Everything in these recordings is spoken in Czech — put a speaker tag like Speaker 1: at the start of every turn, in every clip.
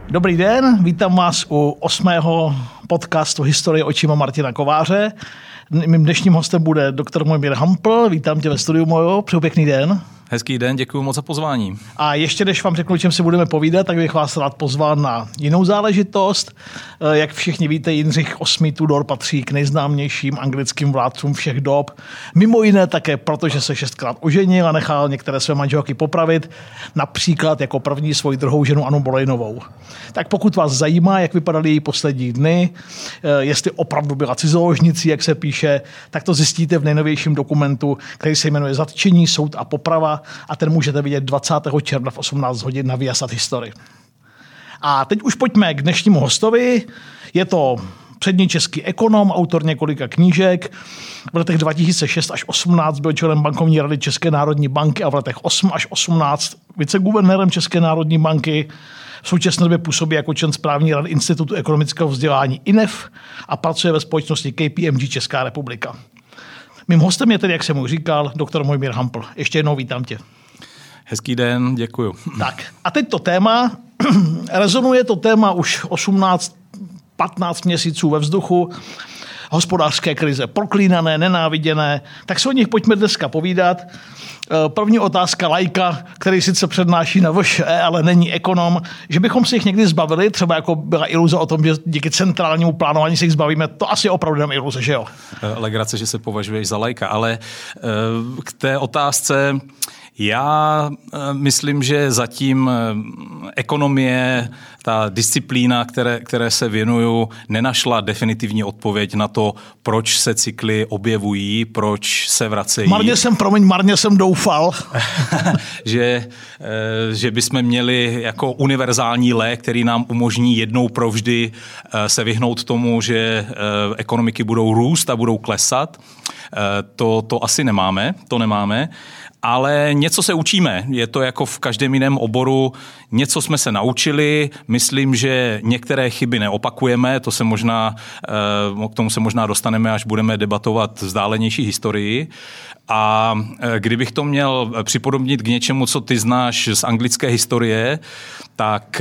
Speaker 1: Dobrý den, vítám vás u 8. podcastu Historie očima Martina Kováře. Mým dnešním hostem bude doktor Mojmír Hampl. Vítám tě ve studiu, Mojo. Přeju pěkný den.
Speaker 2: Hezký den, děkuji moc za pozvání.
Speaker 1: A ještě než vám řeknu, o čem si budeme povídat, tak bych vás rád pozval na jinou záležitost. Jak všichni víte, Jindřich VIII. Tudor patří k nejznámějším anglickým vládcům všech dob. Mimo jiné také proto, že se 6krát oženil a nechal některé své manželky popravit, například jako první svoji druhou ženu Annu Bolejnovou. Tak pokud vás zajímá, jak vypadaly její poslední dny, jestli opravdu byla cizoložnicí, jak se píše, tak to zjistíte v nejnovějším dokumentu, který se jmenuje Zatčení, soud a poprava, a ten můžete vidět 20. června v 18 hodin na Viasat History. A teď už pojďme k dnešnímu hostovi. Je to přední český ekonom, autor několika knížek. V letech 2006 až 2018 byl členem bankovní rady České národní banky a v letech 8 až 18 viceguvernérem České národní banky. V současné době působí jako člen správní rady Institutu ekonomického vzdělání INEF a pracuje ve společnosti KPMG Česká republika. Mým hostem je tedy, jak jsem mu říkal, doktor Mojmír Hampl. Ještě jednou vítám tě.
Speaker 2: Hezký den, děkuju.
Speaker 1: Tak a teď to téma. Rezonuje to téma už 18-15 měsíců ve vzduchu. Hospodářské krize proklínané, nenáviděné. Tak se o nich pojďme dneska povídat. První otázka laika, který sice přednáší na VŠE, ale není ekonom, že bychom se jich někdy zbavili, třeba jako byla iluze o tom, že díky centrálnímu plánování se jich zbavíme, to asi opravdu jenom iluze, že jo?
Speaker 2: Legrace, že se považuješ za laika, ale k té otázce já myslím, že zatím ekonomie, ta disciplína, které se věnuju, nenašla definitivní odpověď na to, proč se cykly objevují, proč se vracejí.
Speaker 1: Marně jsem doufal.
Speaker 2: že bychom měli jako univerzální lék, který nám umožní jednou provždy se vyhnout tomu, že ekonomiky budou růst a budou klesat. To asi nemáme, ale něco se učíme. Je to jako v každém jiném oboru. Něco jsme se naučili. Myslím, že některé chyby neopakujeme. K tomu se možná dostaneme, až budeme debatovat vzdálenější historii. A kdybych to měl připodobnit k něčemu, co ty znáš z anglické historie, tak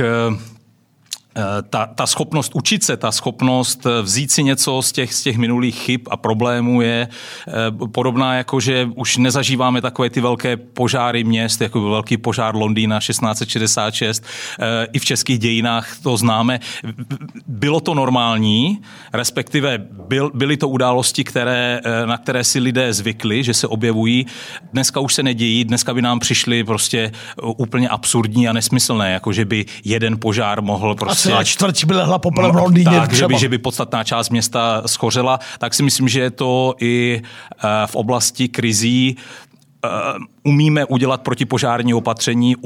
Speaker 2: ta schopnost učit se, ta schopnost vzít si něco z těch minulých chyb a problémů je podobná, jako že už nezažíváme takové ty velké požáry měst, jako velký požár Londýna 1666. I v českých dějinách to známe. Bylo to normální, respektive byly to události, na které si lidé zvykli, že se objevují. Dneska už se nedějí, dneska by nám přišly prostě úplně absurdní a nesmyslné, jako že by jeden požár mohl prostě
Speaker 1: celá čtvrť by lehla popelem v Londýně.
Speaker 2: Tak, že by podstatná část města schořela, tak si myslím, že je to i v oblasti krizí. Umíme udělat protipožární opatření,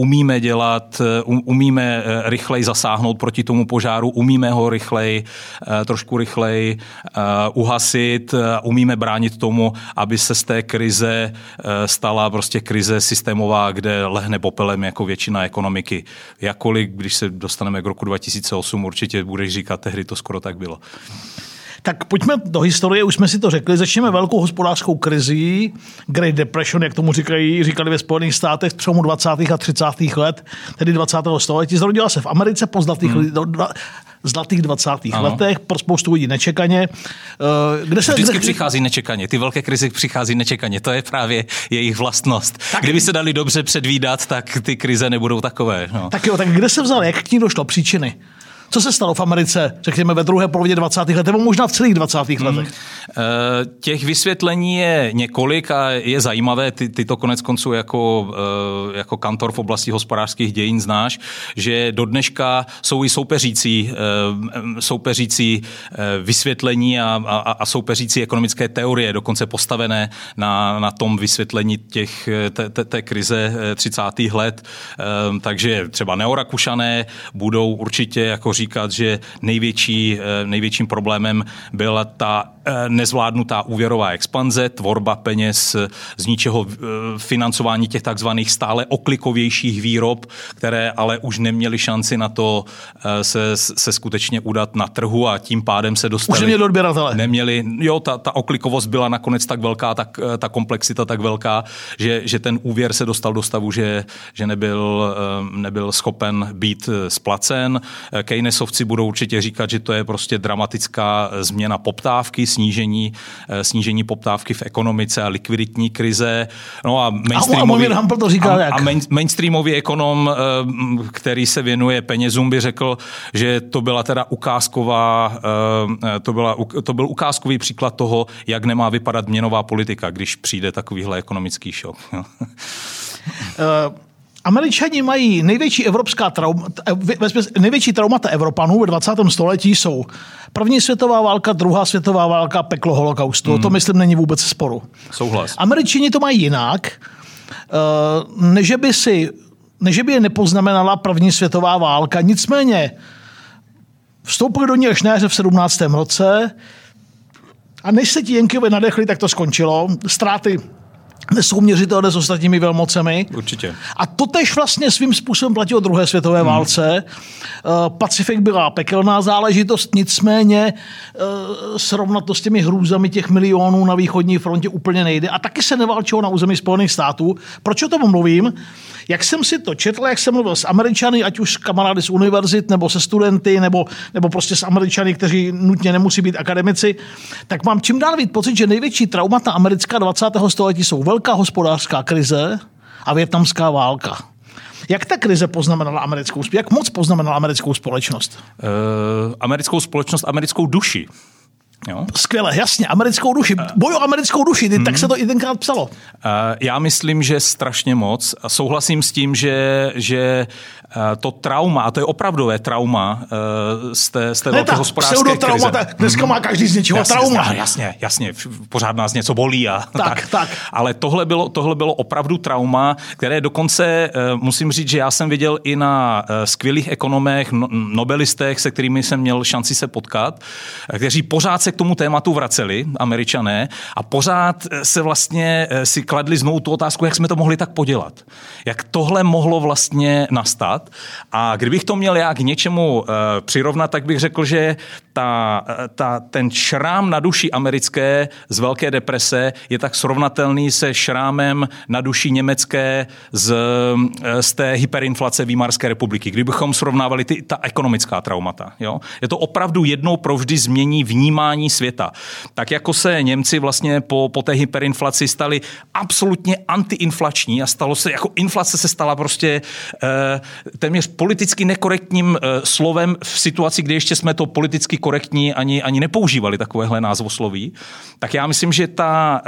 Speaker 2: umíme rychleji zasáhnout proti tomu požáru, umíme ho trošku rychleji uhasit, umíme bránit tomu, aby se z té krize stala prostě krize systémová, kde lehne popelem jako většina ekonomiky. Jakkoliv, když se dostaneme k roku 2008, určitě budeš říkat, tehdy to skoro tak bylo.
Speaker 1: Tak pojďme do historie, už jsme si to řekli. Začneme velkou hospodářskou krizí, Great Depression, jak tomu říkali ve Spojených státech, přelomu 20. a 30. let, tedy 20. století. Zrodila se v Americe po zlatých 20. letech, pro spoustu lidí nečekaně.
Speaker 2: Vždycky přichází nečekaně. Ty velké krize přichází nečekaně. To je právě jejich vlastnost. Tak, kdyby se dali dobře předvídat, tak ty krize nebudou takové. No.
Speaker 1: Tak jo, tak kde se vzal, jak k ní došlo, příčiny? Co se stalo v Americe, řekněme, ve druhé polovině 20. let, nebo možná v celých 20. letech?
Speaker 2: Těch vysvětlení je několik a je zajímavé, ty to konec konců jako kantor v oblasti hospodářských dějin znáš, že do dneška jsou i soupeřící vysvětlení a soupeřící ekonomické teorie, dokonce postavené na tom vysvětlení té krize 30. let. Takže třeba Neorakušané budou určitě jako říkat, že největším problémem byla ta nezvládnutá úvěrová expanze, tvorba peněz z ničeho, financování těch takzvaných stále oklikovějších výrob, které ale už neměly šanci na to se skutečně udat na trhu a tím pádem se dostali.
Speaker 1: Už neměli odběratele.
Speaker 2: Neměli, jo, ta oklikovost byla nakonec tak velká, ta komplexita tak velká, že ten úvěr se dostal do stavu, že nebyl schopen být splacen. Keynesovci budou určitě říkat, že to je prostě dramatická změna poptávky, snížení poptávky v ekonomice a likviditní krize. No a mainstreamový ekonom, který se věnuje penězům, by řekl, že to byla teda to byl ukázkový příklad toho, jak nemá vypadat měnová politika, když přijde takovýhle ekonomický šok.
Speaker 1: Američani mají největší traumata Evropanů ve 20. století jsou první světová válka, druhá světová válka, peklo holokaustu. To myslím není vůbec sporu.
Speaker 2: Souhlas.
Speaker 1: Američani to mají jinak, než by je nepoznamenala první světová válka. Nicméně vstoupili do ní až na jaře v 17. roce a než se ti Yankeeové nadechli, tak to skončilo. Ztráty nesouměřitelné s ostatními velmocemi.
Speaker 2: Určitě.
Speaker 1: A to tež vlastně svým způsobem platí o druhé světové válce. Pacifik byla pekelná záležitost, nicméně srovnat to s těmi hrůzami těch milionů na východní frontě úplně nejde. A taky se neválčilo na území Spojených států. Proč o tom mluvím? Jak jsem si to četl, jak jsem mluvil s Američany, ať už s kamarády z univerzit, nebo se studenty, nebo prostě s Američany, kteří nutně nemusí být akademici, tak mám čím dál víc pocit, že největší traumata americká 20. století jsou velká hospodářská krize a vietnamská válka. Jak ta krize poznamenala jak moc poznamenala americkou společnost?
Speaker 2: Americkou společnost, americkou duši. Jo?
Speaker 1: Skvěle, jasně, americkou duši. Boj o americkou duši, tak se to i tenkrát psalo.
Speaker 2: Já myslím, že strašně moc. Souhlasím s tím, že to trauma, a to je opravdové trauma z té velké hospodářské krize.
Speaker 1: Dneska má každý z něčeho trauma.
Speaker 2: Jasně, pořád nás něco bolí.
Speaker 1: Tak.
Speaker 2: Ale tohle bylo opravdu trauma, které dokonce, musím říct, že já jsem viděl i na skvělých ekonomech, nobelistech, se kterými jsem měl šanci se potkat, kteří pořád se k tomu tématu vraceli, Američané, a pořád se vlastně si kladli znovu tu otázku, jak jsme to mohli tak podělat. Jak tohle mohlo vlastně nastat. A kdybych to měl já k něčemu přirovnat, tak bych řekl, že ten šrám na duši americké z Velké deprese je tak srovnatelný se šrámem na duši německé z té hyperinflace Výmarské republiky. Kdybychom srovnávali ta ekonomická traumata. Jo? Je to opravdu jednou provždy změní vnímání světa. Tak jako se Němci vlastně po té hyperinflaci stali absolutně antiinflační a stalo se, jako inflace se stala prostě téměř politicky nekorektním slovem v situaci, kdy ještě jsme to politicky korektní ani nepoužívali takovéhle názvosloví, tak já myslím, že ta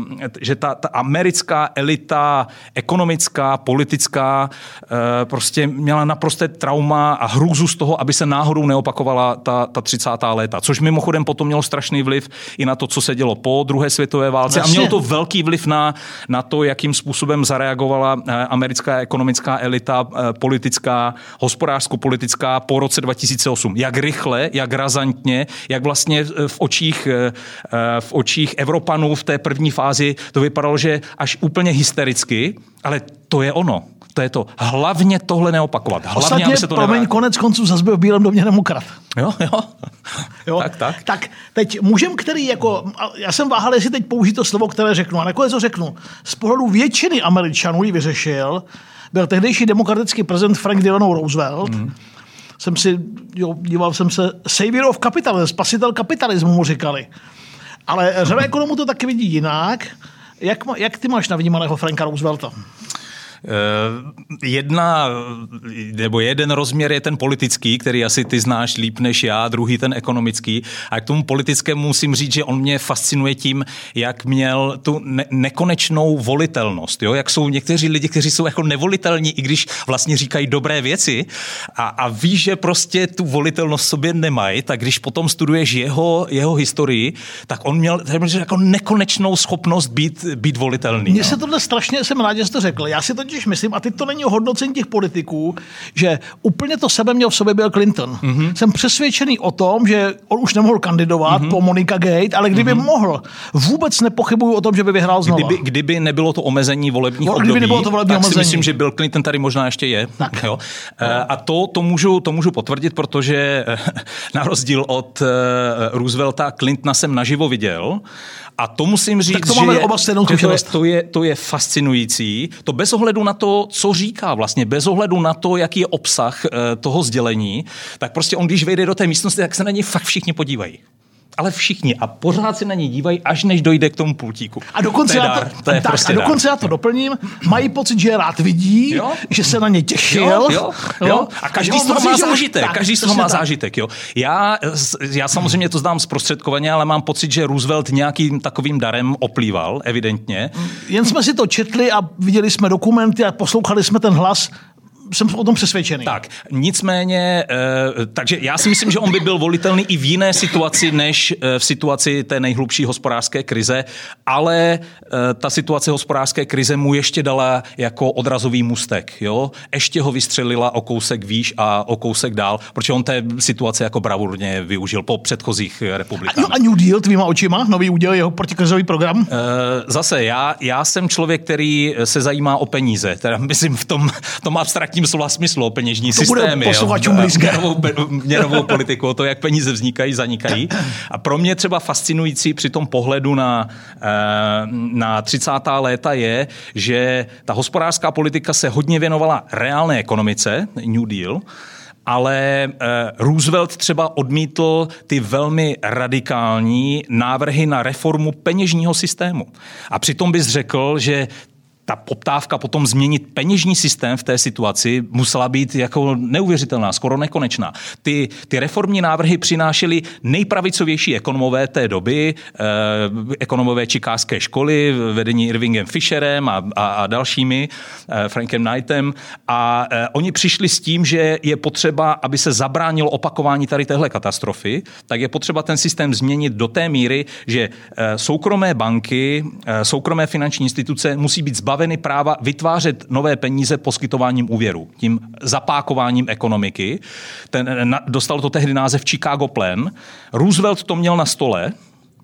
Speaker 2: americká elita ekonomická, politická prostě měla naprosté trauma a hrůzu z toho, aby se náhodou neopakovala ta 30. léta, což mimochodem potom mělo strašný vliv i na to, co se dělo po druhé světové válce. A mělo to velký vliv na to, jakým způsobem zareagovala americká ekonomická elita, politická, hospodářsko-politická po roce 2008. Jak rychle, jak razantně, jak vlastně v očích Evropanů v té první fázi to vypadalo, že až úplně hystericky, ale to je ono. To je to. Hlavně tohle neopakovat.
Speaker 1: Hlavně, aby se to konec konců zase byl v Bílém domě demokrat.
Speaker 2: Jo.
Speaker 1: Tak teď mužem, který já jsem váhal, jestli teď použít to slovo, které řeknu, a nakonec to řeknu. Z pohledu většiny Američanů ji vyřešil, byl tehdejší demokratický prezident Frank Delano Roosevelt. Díval jsem se, savior of capitalism, spasitel kapitalismu mu říkali. Ale řada ekonomů to taky vidí jinak. Jak ty máš navnímaného Franka Roosevelta?
Speaker 2: Jeden rozměr je ten politický, který asi ty znáš líp než já, druhý ten ekonomický. A k tomu politickému musím říct, že on mě fascinuje tím, jak měl tu nekonečnou volitelnost. Jo? Jak jsou někteří lidi, kteří jsou jako nevolitelní, i když vlastně říkají dobré věci a víš, že prostě tu volitelnost sobě nemají, tak když potom studuješ jeho historii, tak on měl jako nekonečnou schopnost být volitelný.
Speaker 1: Mně se tohle strašně, jsem rád, že jsi to řekl. Já si totiž totiž myslím, a teď to není o hodnocení těch politiků, že úplně to sebe měl v sobě byl Clinton. Jsem přesvědčený o tom, že on už nemohl kandidovat po Monica Gate, ale kdyby mohl, vůbec nepochybuju o tom, že by vyhrál znovu.
Speaker 2: Kdyby nebylo to omezení volebních období, tak si myslím, že Bill Clinton tady možná ještě je. Jo? A to můžu potvrdit, protože na rozdíl od Roosevelta, Clintona jsem naživo viděl. A to musím říct, že to je fascinující. To bez ohledu na to, co říká vlastně, bez ohledu na to, jaký je obsah toho sdělení, tak prostě on, když vejde do té místnosti, tak se na něj fakt všichni podívají. Ale všichni. A pořád se na něj dívají, až než dojde k tomu pultíku.
Speaker 1: A dokonce já to doplním. Mají pocit, že je rád vidí, že se na ně těšil.
Speaker 2: Jo. A každý z toho má zážitek. Každý z toho má zážitek. Jo. Já samozřejmě to znám zprostředkovaně, ale mám pocit, že Roosevelt nějakým takovým darem oplýval, evidentně.
Speaker 1: Jen jsme si to četli a viděli jsme dokumenty a poslouchali jsme ten hlas. Jsem o tom přesvědčený.
Speaker 2: Tak, nicméně, takže já si myslím, že on by byl volitelný i v jiné situaci, než v situaci té nejhlubší hospodářské krize, ale ta situace hospodářské krize mu ještě dala jako odrazový můstek. Jo? Ještě ho vystřelila o kousek výš a o kousek dál, protože on té situace jako bravurně využil po předchozích republikách.
Speaker 1: A New Deal tvýma očima? Nový úděl, jeho protikrizový program?
Speaker 2: Zase, já jsem člověk, který se zajímá o peníze. Teda myslím v tom abstraktním slova smyslu, peněžní systémy, měnovou politiku, to, jak peníze vznikají, zanikají. A pro mě třeba fascinující při tom pohledu na 30. léta je, že ta hospodářská politika se hodně věnovala reálné ekonomice, New Deal, ale Roosevelt třeba odmítl ty velmi radikální návrhy na reformu peněžního systému. A přitom bys řekl, že ta poptávka potom změnit peněžní systém v té situaci musela být jako neuvěřitelná, skoro nekonečná. Ty reformní návrhy přinášely nejpravicovější ekonomové té doby, ekonomové Chicagské školy, vedení Irvingem Fisherem a dalšími, Frankem Knightem. A oni přišli s tím, že je potřeba, aby se zabránilo opakování tady téhle katastrofy, tak je potřeba ten systém změnit do té míry, že soukromé banky, soukromé finanční instituce musí být zbaveny práva vytvářet nové peníze poskytováním úvěru, tím zapákováním ekonomiky. Dostal to tehdy název Chicago Plan. Roosevelt to měl na stole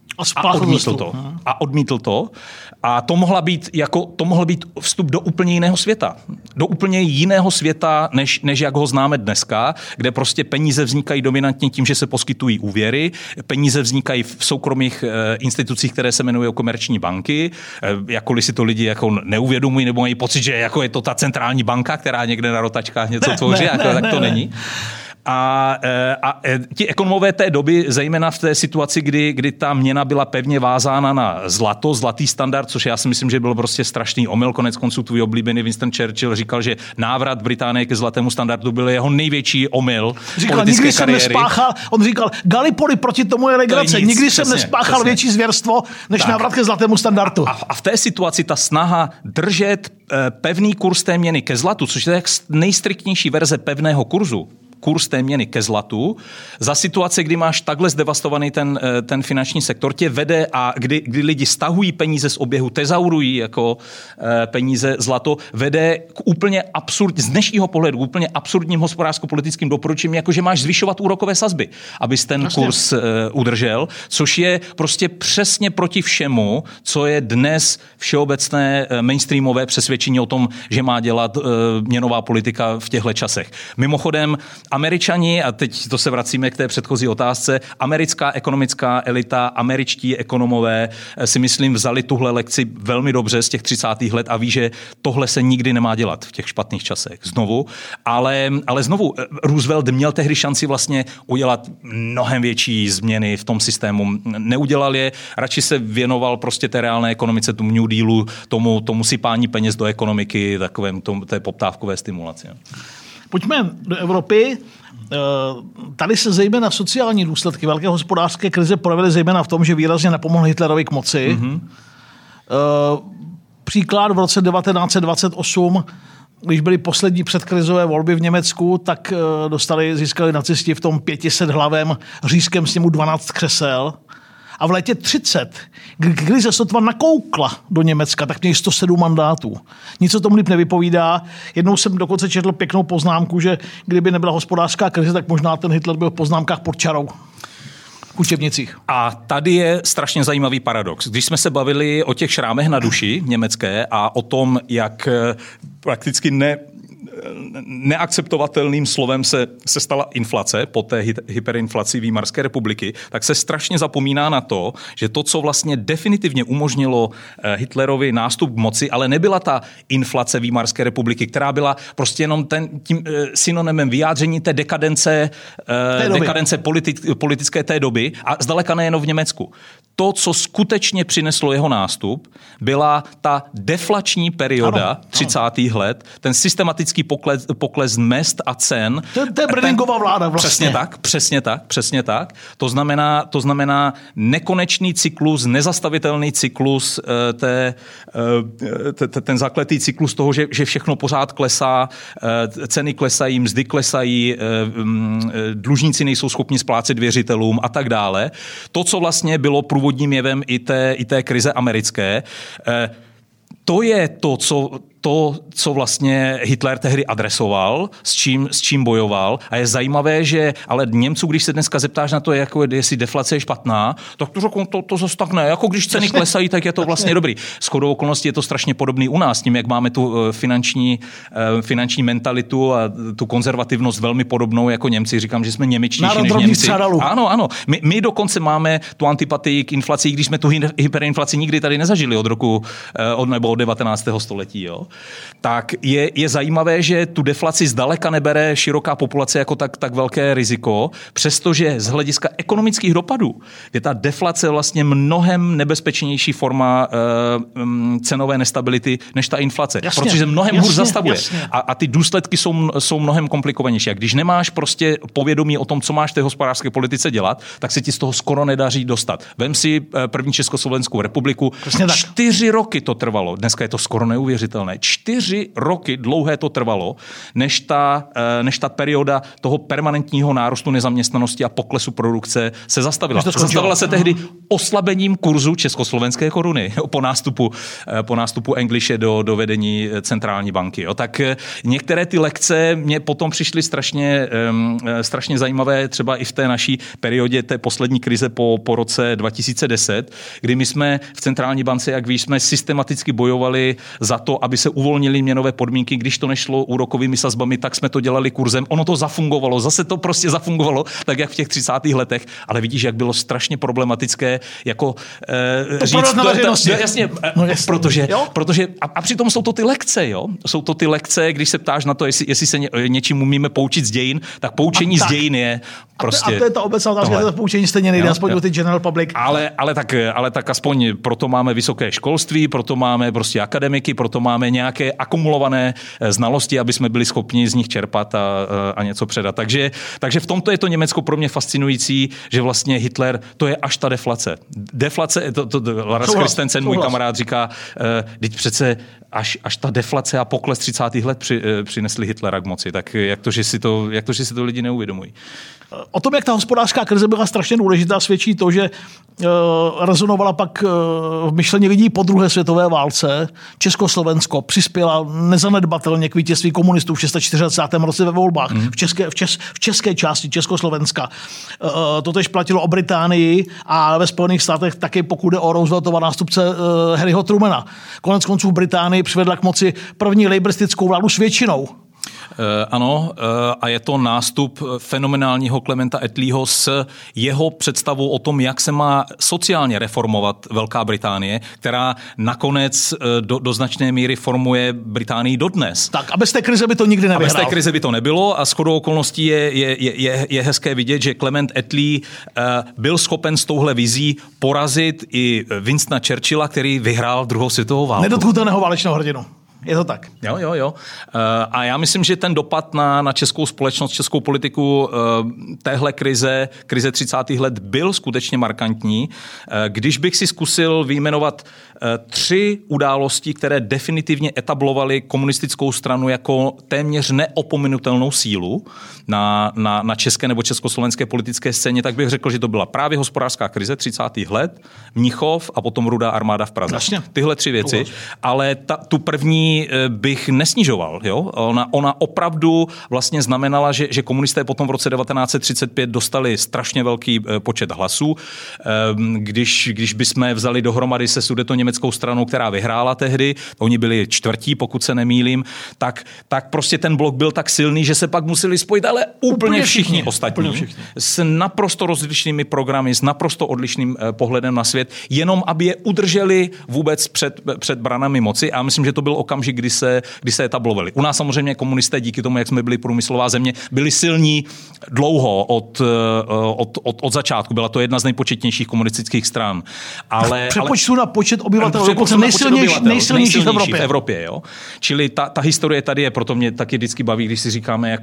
Speaker 2: a odmítl to. A to mohl být vstup do úplně jiného světa. Do úplně jiného světa, než jak ho známe dneska, kde prostě peníze vznikají dominantně tím, že se poskytují úvěry, peníze vznikají v soukromých institucích, které se jmenují komerční banky, jakkoliv si to lidi jako neuvědomují nebo mají pocit, že jako je to ta centrální banka, která někde na rotačkách něco tvoří, tak to není. A ti ekonomové té doby, zejména v té situaci, kdy ta měna byla pevně vázána na zlatý standard, což já si myslím, že byl prostě strašný omyl. Konec konců tvůj oblíbený Winston Churchill říkal, že návrat Británie ke zlatému standardu byl jeho největší omyl politické kariéry.
Speaker 1: On říkal, Gallipoli proti tomu je legrace. Nikdy jsem nespáchal větší zvěrstvo, než návrat ke zlatému standardu.
Speaker 2: A v té situaci ta snaha držet pevný kurz té měny ke zlatu, což je nejstriktnější verze pevného kurzu, kurz té měny ke zlatu, za situace, kdy máš takhle zdevastovaný ten finanční sektor, tě vede a kdy lidi stahují peníze z oběhu, tezaurují jako peníze zlato, vede k úplně z dnešního pohledu, úplně absurdním hospodářsko-politickým doporučením, jako že máš zvyšovat úrokové sazby, abys ten kurz udržel, což je prostě přesně proti všemu, co je dnes všeobecné mainstreamové přesvědčení o tom, že má dělat měnová politika v těchto časech. Mimochodem, Američani, a teď to se vracíme k té předchozí otázce, americká ekonomická elita, američtí ekonomové si myslím vzali tuhle lekci velmi dobře z těch 30. let a ví, že tohle se nikdy nemá dělat v těch špatných časech. Znovu. Ale znovu, Roosevelt měl tehdy šanci vlastně udělat mnohem větší změny v tom systému. Neudělal je, radši se věnoval prostě té reálné ekonomice, tomu New Dealu, tomu sypání peněz do ekonomiky, té poptávkové stimulaci.
Speaker 1: Pojďme do Evropy. Tady se zejména sociální důsledky velké hospodářské krize projevily zejména v tom, že výrazně nepomohl Hitlerovi k moci. Mm-hmm. Příklad v roce 1928, když byly poslední předkrizové volby v Německu, tak získali nacisti v tom 500 hlavém říšském sněmu 12 křesel. A v létě 30, kdy se sotva nakoukla do Německa, tak měli 107 mandátů. Nic o tom líp nevypovídá. Jednou jsem dokonce četl pěknou poznámku, že kdyby nebyla hospodářská krize, tak možná ten Hitler byl v poznámkách pod čarou. V učebnicích.
Speaker 2: A tady je strašně zajímavý paradox. Když jsme se bavili o těch šrámech na duši německé a o tom, jak prakticky neakceptovatelným slovem se stala inflace po té hyperinflaci Výmarské republiky, tak se strašně zapomíná na to, že to, co vlastně definitivně umožnilo Hitlerovi nástup k moci, ale nebyla ta inflace Výmarské republiky, která byla prostě jenom tím synonymem vyjádření té dekadence politické té doby a zdaleka nejen v Německu. To, co skutečně přineslo jeho nástup, byla ta deflační perioda 30. let, ten systematický pokles mezd a cen.
Speaker 1: To je Brenningova vláda vlastně.
Speaker 2: Přesně tak. To znamená nekonečný cyklus, nezastavitelný cyklus, ten zakletý cyklus toho, že všechno pořád klesá, ceny klesají, mzdy klesají, dlužníci nejsou schopni splácet věřitelům a tak dále. To, co vlastně bylo průvodním jevem i té krize americké, to je to, co vlastně Hitler tehdy adresoval, s čím bojoval. A je zajímavé, že ale Němců, když se dneska zeptáš na to, jestli deflace je špatná, tak to zase tak ne. Jako když ceny klesají, tak je to vlastně dobrý. Shodou okolností je to strašně podobný u nás, tím, jak máme tu finanční mentalitu a tu konzervativnost velmi podobnou jako Němci. Říkám, že jsme němečtější než Němci. Ano. My dokonce máme tu antipatii k inflaci, když jsme tu hyperinflaci nikdy tady nezažili od 19. století. Jo? Tak je zajímavé, že tu deflaci zdaleka nebere široká populace jako tak velké riziko, přestože z hlediska ekonomických dopadů je ta deflace vlastně mnohem nebezpečnější forma cenové nestability než ta inflace.
Speaker 1: Jasně,
Speaker 2: protože mnohem hůř zastavuje. A ty důsledky jsou mnohem komplikovanější. A když nemáš prostě povědomí o tom, co máš v té hospodářské politice dělat, tak se ti z toho skoro nedaří dostat. Vem si první Československou republiku. 4 roky to trvalo. Dneska je to skoro neuvěřitelné. 4 roky dlouhé to trvalo, než ta perioda toho permanentního nárůstu nezaměstnanosti a poklesu produkce se zastavila. Zastavila se tehdy oslabením kurzu československé koruny po nástupu Englishe do vedení centrální banky. Jo. Tak některé ty lekce mě potom přišly strašně zajímavé, třeba i v té naší periodě té poslední krize po roce 2010, kdy my jsme v centrální bance, jak víš, jsme systematicky bojovali za to, aby se uvolnily měnové podmínky. Když to nešlo úrokovými sazbami, tak jsme to dělali kurzem. Ono to zafungovalo. Zase to prostě zafungovalo, tak jak v těch 30. letech. Ale vidíš, jak bylo strašně problematické jako říct. Jasně, protože a přitom jsou to ty lekce, jo? Jsou to ty lekce, když se ptáš na to, jestli se něčím umíme poučit z dějin, tak poučení z dějin je prostě. A
Speaker 1: to je ta obecná otázka, že to poučení stejně nejde, aspoň do ty general public.
Speaker 2: Ale tak aspoň proto máme vysoké školství, proto máme prostě akademiky, proto máme nějaké akumulované znalosti, aby jsme byli schopni z nich čerpat a něco předat. Takže v tomto je to Německo pro mě fascinující, že vlastně Hitler, to je až ta deflace. Deflace, Lars Christensen, můj kamarád, říká, teď přece až ta deflace a pokles 30. let přinesli Hitlera k moci. Tak jak to, že si to lidi neuvědomují?
Speaker 1: O tom, jak ta hospodářská krize byla strašně důležitá, svědčí to, že rezonovala pak v myšlení lidí po druhé světové válce. Československo přispěla nezanedbatelně k vítězství komunistů v 644. roce ve volbách v české části Československa. Totež platilo o Británii a ve Spojených státech taky, pokud jde o Rooseveltova nástupce Harryho Trumana. Konec konců Británii přivedla k moci první laboristickou vládu s většinou.
Speaker 2: Ano, a je to nástup fenomenálního Clementa Attleeho s jeho představou o tom, jak se má sociálně reformovat Velká Británie, která nakonec do značné míry formuje Británii dodnes.
Speaker 1: Tak a bez té krize by to nikdy nevyhrál.
Speaker 2: A bez té krize by to nebylo a shodou okolností je hezké vidět, že Clement Attlee byl schopen s touhle vizí porazit i Winstona Churchilla, který vyhrál druhou světovou válku.
Speaker 1: Nedotknutelného válečného hrdinu. Je to tak.
Speaker 2: Jo. A já myslím, že ten dopad na českou společnost, českou politiku téhle krize 30. let byl skutečně markantní. Když bych si zkusil vyjmenovat 3 události, které definitivně etablovaly komunistickou stranu jako téměř neopominutelnou sílu na české nebo československé politické scéně, tak bych řekl, že to byla právě hospodářská krize 30. let, Mnichov a potom Rudá armáda v Praze.
Speaker 1: Jasně.
Speaker 2: Tyhle 3 věci, ale tu první bych nesnižoval. Jo? Ona opravdu vlastně znamenala, že komunisté potom v roce 1935 dostali strašně velký počet hlasů. Když bychom vzali dohromady se sudetoněmeckou stranou, která vyhrála tehdy, oni byli 4., pokud se nemýlím, tak prostě ten blok byl tak silný, že se pak museli spojit, ale úplně všichni ostatní s naprosto rozličnými programy, s naprosto odlišným pohledem na svět, jenom aby je udrželi vůbec před branami moci. A myslím, že to byl okamžik, kdy se etablovali. U nás samozřejmě komunisté díky tomu, jak jsme byli průmyslová země, byli silní dlouho od začátku. Byla to jedna z nejpočetnějších komunistických stran. Ale
Speaker 1: přepočtu na počet obyvatel, dokonce nejsilnější v
Speaker 2: Evropě. Jo? Čili ta historie tady je, proto mě taky vždycky baví, když si říkáme,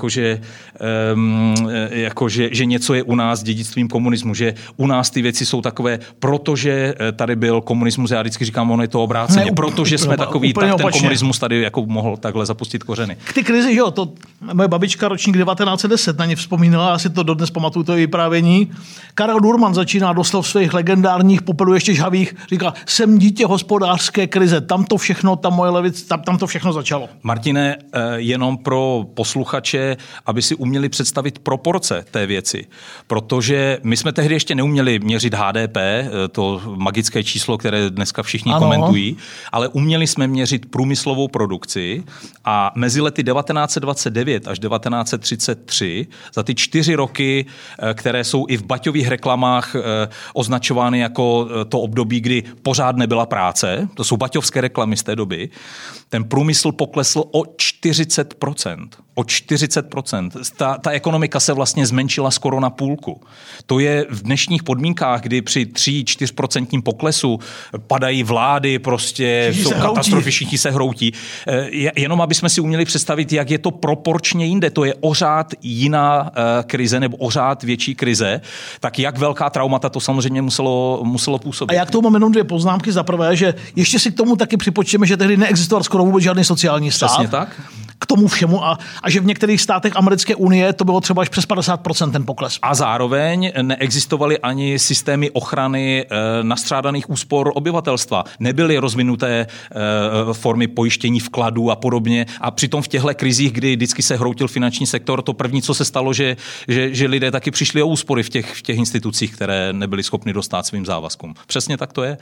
Speaker 2: že něco je u nás dědictvím komunismu, že u nás ty věci jsou takové, protože tady byl komunismus, já vždycky říkám, ono je to obráceně, protože jsme takový, tak ten komunismus tady jako mohl takhle zapustit kořeny.
Speaker 1: K ty krizi, že jo, to moje babička ročník 1910 na ně vzpomínala, já si to dodnes pamatuju, to vyprávění. Karel Durman začíná doslov svých legendárních popelů ještě žhavých, říká, jsem dítě hospodářské krize, tam to všechno, tam to všechno začalo.
Speaker 2: Martine, jenom pro posluchače, aby si uměli představit proporce té věci, protože my jsme tehdy ještě neuměli měřit HDP, to magické číslo, které dneska všichni komentují, ale uměli jsme měřit průmyslovou produkci a mezi lety 1929 až 1933 za ty 4 roky, které jsou i v Baťových reklamách označovány jako to období, kdy pořád nebyla práce, to jsou baťovské reklamy z té doby, ten průmysl poklesl o 40%. O 40%. Ta ekonomika se vlastně zmenšila skoro na půlku. To je v dnešních podmínkách, kdy při 3-4% poklesu padají vlády, prostě jsou katastrofy, všichni se hroutí. Jenom aby jsme si uměli představit, jak je to proporčně jinde. To je ořád jiná krize nebo ořád větší krize, tak jak velká traumata to samozřejmě muselo působit.
Speaker 1: A jak to mám jenom 2 poznámky. Za prvé, že ještě si k tomu taky připočteme, že tehdy neexistoval skoro vůbec žádný sociální stát.
Speaker 2: Přesně tak.
Speaker 1: K tomu všemu a že v některých státech Americké unie to bylo třeba až přes 50% ten pokles.
Speaker 2: A zároveň neexistovaly ani systémy ochrany nastřádaných úspor obyvatelstva. Nebyly rozvinuté formy pojištění vkladů a podobně. A přitom v těchto krizích, kdy vždycky se hroutil finanční sektor, to první, co se stalo, že lidé taky přišli o úspory v těch institucích, které nebyly schopny dostát svým závazkům. Přesně tak to je.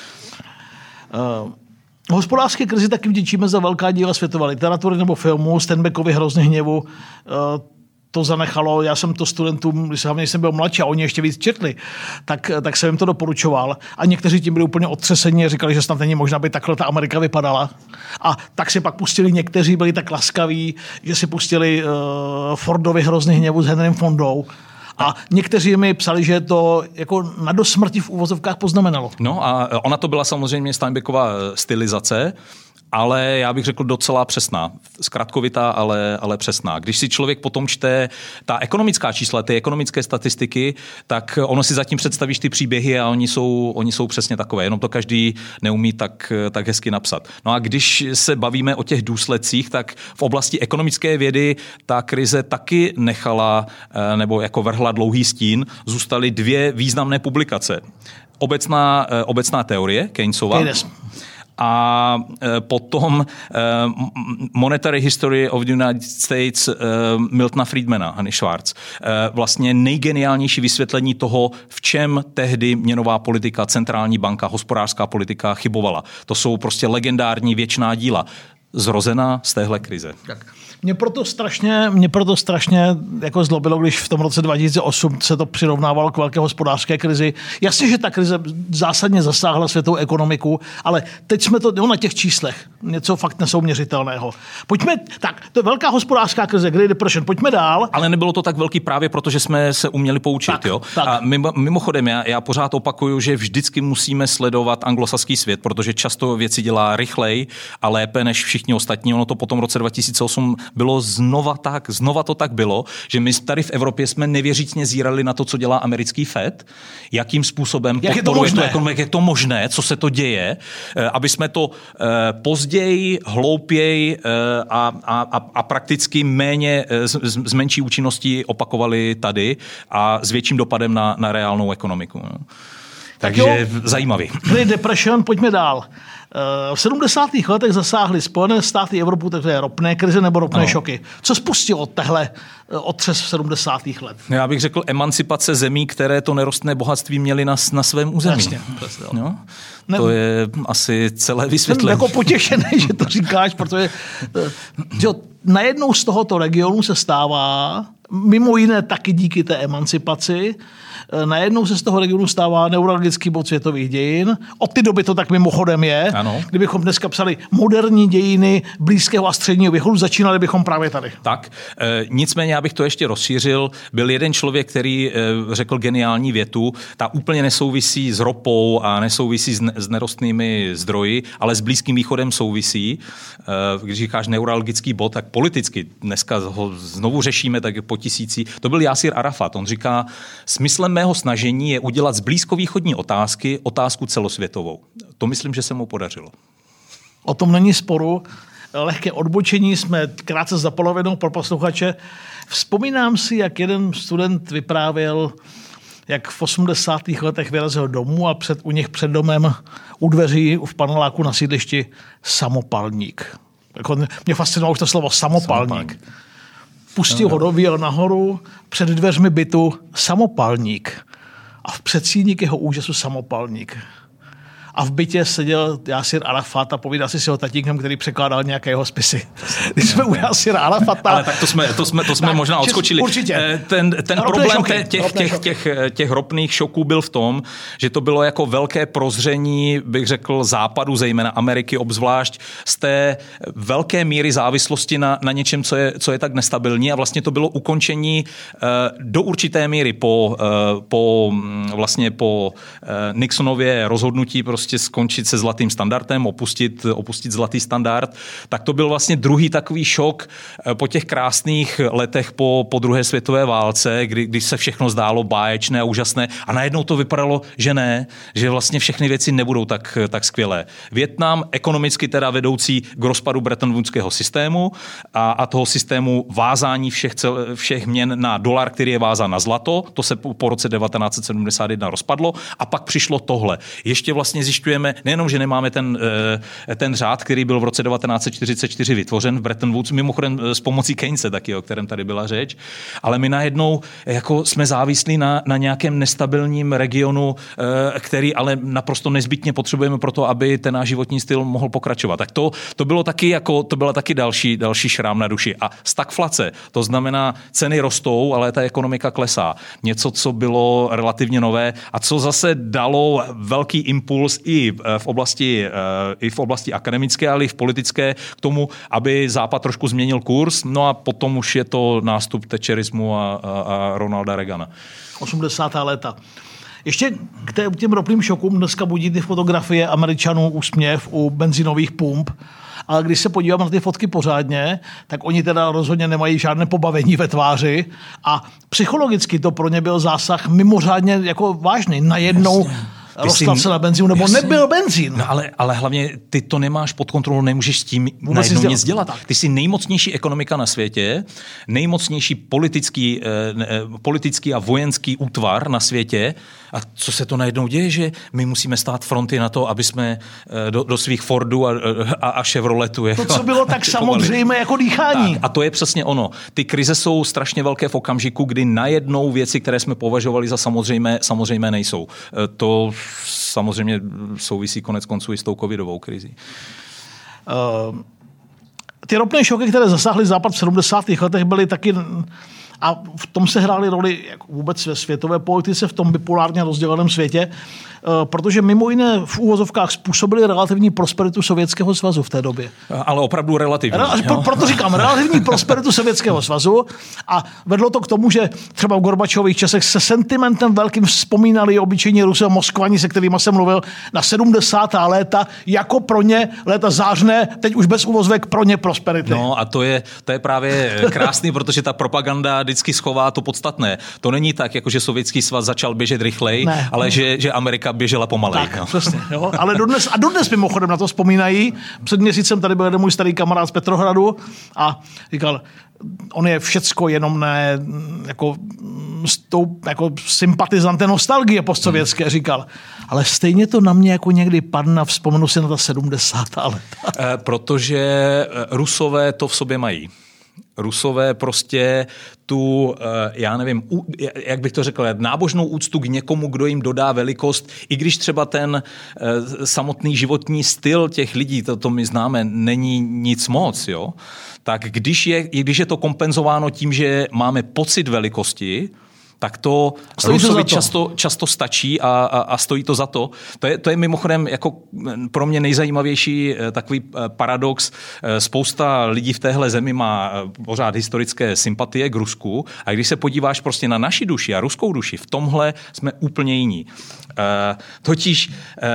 Speaker 1: Hospodářské krizi taky vděčíme za velká díla světové literatury nebo filmu, Steinbeckovi Hrozny hněvu. To zanechalo, já jsem to studentům, když jsem byl mladší a oni ještě víc četli, tak jsem jim to doporučoval. A někteří tím byli úplně otřesení a říkali, že snad není možná, aby takhle ta Amerika vypadala. A tak si pak pustili, někteří byli tak laskaví, že si pustili Fordovi Hrozny hněvu s Henrym Fondou. A někteří mi psali, že to jako na dosmrti v uvozovkách poznamenalo.
Speaker 2: No a ona to byla samozřejmě Steinbeckova stylizace, ale já bych řekl docela přesná. Zkratkovitá, ale přesná. Když si člověk potom čte ta ekonomická čísla, ty ekonomické statistiky, tak ono si zatím představíš ty příběhy a oni jsou přesně takové. Jenom to každý neumí tak hezky napsat. No a když se bavíme o těch důsledcích, tak v oblasti ekonomické vědy ta krize taky nechala nebo jako vrhla dlouhý stín. Zůstaly 2 významné publikace. Obecná teorie Keynesova. A potom Monetary History of the United States Miltona Friedmana, Hanny Schwartz. Vlastně nejgeniálnější vysvětlení toho, v čem tehdy měnová politika, centrální banka, hospodářská politika chybovala. To jsou prostě legendární věčná díla, zrozená z téhle krize.
Speaker 1: Tak. Mě proto strašně jako zlobilo, když v tom roce 2008 se to přirovnávalo k velké hospodářské krizi. Jasně, že ta krize zásadně zasáhla světovou ekonomiku, ale teď jsme to na těch číslech. Něco fakt nesouměřitelného. Pojďme, tak, to je velká hospodářská krize, Great Depression, pojďme dál.
Speaker 2: Ale nebylo to tak velký právě, protože jsme se uměli poučit. Tak, jo? Tak. A mimochodem, já pořád opakuju, že vždycky musíme sledovat anglosaský svět, protože často věci dělá rychleji a lépe než všichni všichni ostatní. Ono to potom v roce 2008 bylo znova to tak bylo, že my tady v Evropě jsme nevěřícně zírali na to, co dělá americký FED, jakým způsobem podporuje tu ekonomiku, jak je to možné, co se to děje, aby jsme to později, hloupěji a prakticky méně s menší účinností opakovali tady a s větším dopadem na reálnou ekonomiku. Takže zajímavý.
Speaker 1: Great Depression, pojďme dál. V 70. letech zasáhly Spojené státy Evropu, takže ropné krize nebo ropné šoky. Co spustilo tehle otřes v 70. let?
Speaker 2: Já bych řekl emancipace zemí, které to nerostné bohatství měly na svém území.
Speaker 1: Jasně.
Speaker 2: No? To je asi celé vysvětlení.
Speaker 1: Jsem jako potěšený, že to říkáš, protože najednou z tohoto regionu se stává, mimo jiné taky díky té emancipaci, najednou se z toho regionu stává neurologický bod světových dějin. Od té doby to tak mimochodem je.
Speaker 2: Ano.
Speaker 1: Kdybychom dneska psali moderní dějiny Blízkého a Středního východu, začínali bychom právě tady.
Speaker 2: Tak, nicméně já bych to ještě rozšířil. Byl jeden člověk, který řekl geniální větu, ta úplně nesouvisí s ropou a nesouvisí s nerostnými zdroji, ale s Blízkým východem souvisí. Když říkáš neurologický bod, tak politicky dneska ho znovu řešíme tak po tisíci. To byl Jásir Arafat. On říká, smyslem mého snažení je udělat z blízkovýchodní otázky otázku celosvětovou. To myslím, že se mu podařilo.
Speaker 1: O tom není sporu. Lehké odbočení, jsme krátce za polovinou pro posluchače. Vzpomínám si, jak jeden student vyprávěl, jak v 80. letech vyrazil domů a u nich před domem u dveří v paneláku na sídlišti samopalník. Mě fascinovalo už to slovo samopalník. Pustil ho, vyjel nahoru, před dveřmi bytu samopalník. A v předsíni k jeho úžasu samopalník. A v bytě seděl Jásir Arafat a povídal si s jeho tatínkem, který překládal nějaké jeho spisy. Když jsme u Jásira Arafata...
Speaker 2: Ale tak to jsme možná odskočili.
Speaker 1: Určitě.
Speaker 2: Ten problém těch ropných šoků byl v tom, že to bylo jako velké prozření, bych řekl, západu, zejména Ameriky obzvlášť, z té velké míry závislosti na něčem, co je tak nestabilní. A vlastně to bylo ukončení do určité míry po Nixonově rozhodnutí prostě skončit se zlatým standardem, opustit zlatý standard, tak to byl vlastně druhý takový šok po těch krásných letech po druhé světové válce, kdy se všechno zdálo báječné a úžasné a najednou to vypadalo, že ne, že vlastně všechny věci nebudou tak skvělé. Vietnam ekonomicky teda vedoucí k rozpadu Bretton Woodského systému a toho systému vázání všech měn na dolar, který je vázán na zlato, to se po roce 1971 rozpadlo a pak přišlo tohle. Ještě vlastně zjišťujeme, nejenom, že nemáme ten řád, který byl v roce 1944 vytvořen v Bretton Woods, mimochodem s pomocí Keynese taky, o kterém tady byla řeč, ale my najednou jako jsme závislí na nějakém nestabilním regionu, který ale naprosto nezbytně potřebujeme pro to, aby ten náš životní styl mohl pokračovat. Tak to byla taky další šrám na duši. A stagflace, to znamená, ceny rostou, ale ta ekonomika klesá. Něco, co bylo relativně nové a co zase dalo velký impuls i v oblasti akademické, ale i v politické k tomu, aby Západ trošku změnil kurz. No a potom už je to nástup Thatcherismu a Ronalda Reagana.
Speaker 1: 80. léta. Ještě k těm ropným šokům dneska budí ty fotografie Američanů úsměv u benzinových pump, ale když se podívám na ty fotky pořádně, tak oni teda rozhodně nemají žádné pobavení ve tváři a psychologicky to pro ně byl zásah mimořádně jako vážný. Najednou rostla cena benzínu, nebo nebyl benzín.
Speaker 2: No ale hlavně ty to nemáš pod kontrolou, nemůžeš s tím najednou nic dělat. Ty jsi nejmocnější ekonomika na světě, nejmocnější politický a vojenský útvar na světě. A co se to najednou děje, že my musíme stát fronty na to, aby jsme do svých Fordů a Chevroletů.
Speaker 1: To, co bylo tak samozřejmé jako dýchání.
Speaker 2: Tak, a to je přesně ono. Ty krize jsou strašně velké v okamžiku, kdy najednou věci, které jsme považovali za samozřejmé nejsou. To samozřejmě souvisí konec konců i s tou covidovou krizí.
Speaker 1: Ty ropné šoky, které zasáhly Západ v 70. letech, byly taky a v tom se hrály roli jako vůbec ve světové politice, v tom bipolárně rozděleném světě, protože mimo jiné v úvozovkách způsobili relativní prosperitu Sovětského svazu v té době.
Speaker 2: Ale opravdu relativní.
Speaker 1: Proto říkám, relativní prosperitu Sovětského svazu a vedlo to k tomu, že třeba v Gorbačových časech se sentimentem velkým vzpomínali obyčejní Rusové Moskvani, se kterými jsem mluvil, na 70. léta, jako pro ně léta zářné, teď už bez úvozovek pro ně prosperity.
Speaker 2: No a to je právě krásný, protože ta propaganda vždycky schová to podstatné. To není tak, jako že Sovětský svaz začal běžet rychleji, ale že Amerika běžela pomalej.
Speaker 1: Tak, přesně. Jo? Ale dodnes mimochodem na to vzpomínají. Před měsícem tady byl jeden můj starý kamarád z Petrohradu a říkal, on je všecko jenom ne jako sympatizante nostalgie postsovětské, říkal. Ale stejně to na mě jako někdy padne a vzpomenu si na ta 70. léta.
Speaker 2: Protože Rusové to v sobě mají. Rusové prostě tu, já nevím, jak bych to řekl, nábožnou úctu k někomu, kdo jim dodá velikost, i když třeba ten samotný životní styl těch lidí, to my známe, není nic moc, jo? Tak když je to kompenzováno tím, že máme pocit velikosti, tak to Rusovi často stačí a stojí to za to. To je mimochodem jako pro mě nejzajímavější takový paradox. Spousta lidí v téhle zemi má pořád historické sympatie k Rusku a když se podíváš prostě na naši duši a ruskou duši, v tomhle jsme úplně jiní. Totiž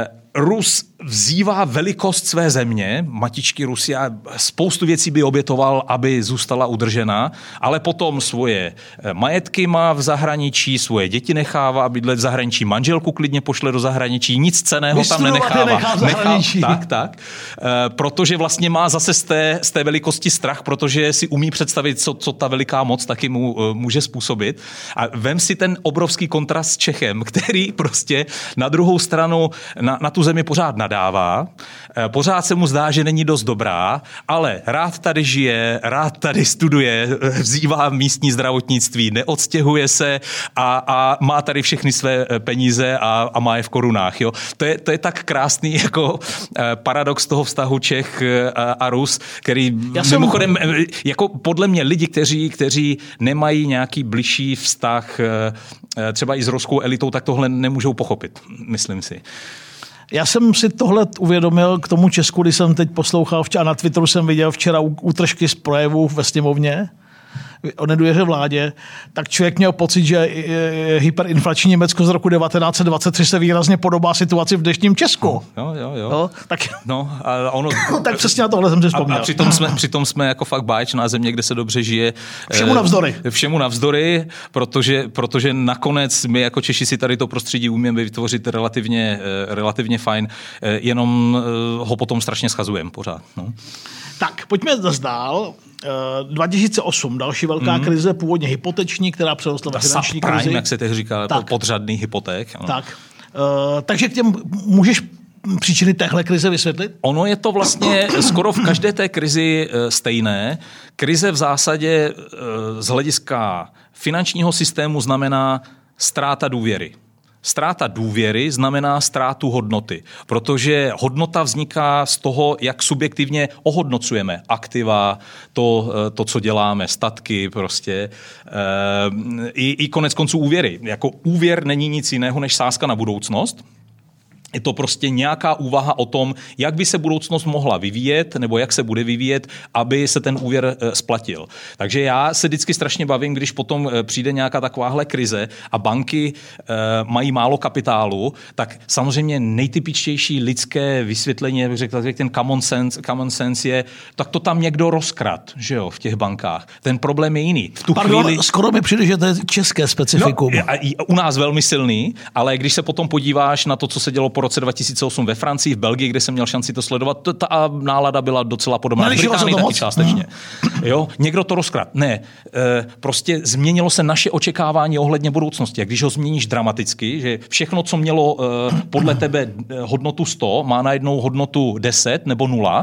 Speaker 2: Rus vzývá velikost své země, matičky Rusy, a spoustu věcí by obětoval, aby zůstala udržena, ale potom svoje majetky má v zahraničí, svoje děti nechává bydlet v zahraničí, manželku klidně pošle do zahraničí, nic cenného tam nenechává. Tak. Protože vlastně má zase z té velikosti strach, protože si umí představit, co ta veliká moc taky mu může způsobit. A vem si ten obrovský kontrast s Čechem, který prostě na druhou stranu na tu zemi pořád nadává, pořád se mu zdá, že není dost dobrá, ale rád tady žije, rád tady studuje, vzývá místní zdravotnictví, neodstěhuje se a má tady všechny své peníze a má je v korunách. Jo? To je tak krásný jako paradox toho vztahu Čech a Rus, který mimochodem, jako podle mě lidi, kteří nemají nějaký bližší vztah třeba i s ruskou elitou, tak tohle nemůžou pochopit, myslím si.
Speaker 1: Já jsem si tohle uvědomil k tomu Česku, když jsem teď poslouchal a na Twitteru jsem viděl včera útržky z projevu ve sněmovně o nedůvěře vládě, tak člověk měl pocit, že hyperinflační Německo z roku 1923 se výrazně podobá situaci v dnešním Česku.
Speaker 2: Jo.
Speaker 1: Tak,
Speaker 2: a ono,
Speaker 1: tak přesně na tohle jsem si vzpomněl.
Speaker 2: A přitom jsme jako fakt báječná země, kde se dobře žije. Všemu navzdory, protože nakonec my jako Češi si tady to prostředí umíme vytvořit relativně fajn, jenom ho potom strašně schazujeme pořád. No.
Speaker 1: Tak, pojďme zase dál. 2008, další velká krize, původně hypoteční, která přerostla ve finanční krizi.
Speaker 2: Jak se teď říká, podřadný hypoték. Ano.
Speaker 1: Tak. Takže k těm můžeš příčiny téhle krize vysvětlit?
Speaker 2: Ono je to vlastně skoro v každé té krizi stejné. Krize v zásadě z hlediska finančního systému znamená ztráta důvěry. Ztráta důvěry znamená ztrátu hodnoty, protože hodnota vzniká z toho, jak subjektivně ohodnocujeme aktiva, to co děláme, statky prostě, i konec konců úvěry. Jako úvěr není nic jiného než sázka na budoucnost. Je to prostě nějaká úvaha o tom, jak by se budoucnost mohla vyvíjet, nebo jak se bude vyvíjet, aby se ten úvěr splatil. Takže já se vždycky strašně bavím, když potom přijde nějaká takováhle krize a banky mají málo kapitálu, tak samozřejmě nejtypičtější lidské vysvětlení, jak řekl ten common sense je, tak to tam někdo rozkrad, že jo, v těch bankách. Ten problém je jiný.
Speaker 1: Skoro mi přijde, že to je české specifikum.
Speaker 2: No, u nás velmi silný, ale když se potom podíváš na to, co se dělo po roce 2008 ve Francii, v Belgii, kde jsem měl šanci to sledovat, ta nálada byla docela podobná. V Británii taky částečně. Jo, někdo to rozkrad. Ne, prostě změnilo se naše očekávání ohledně budoucnosti. A když ho změníš dramaticky, že všechno, co mělo podle tebe hodnotu 100, má najednou hodnotu 10 nebo 0,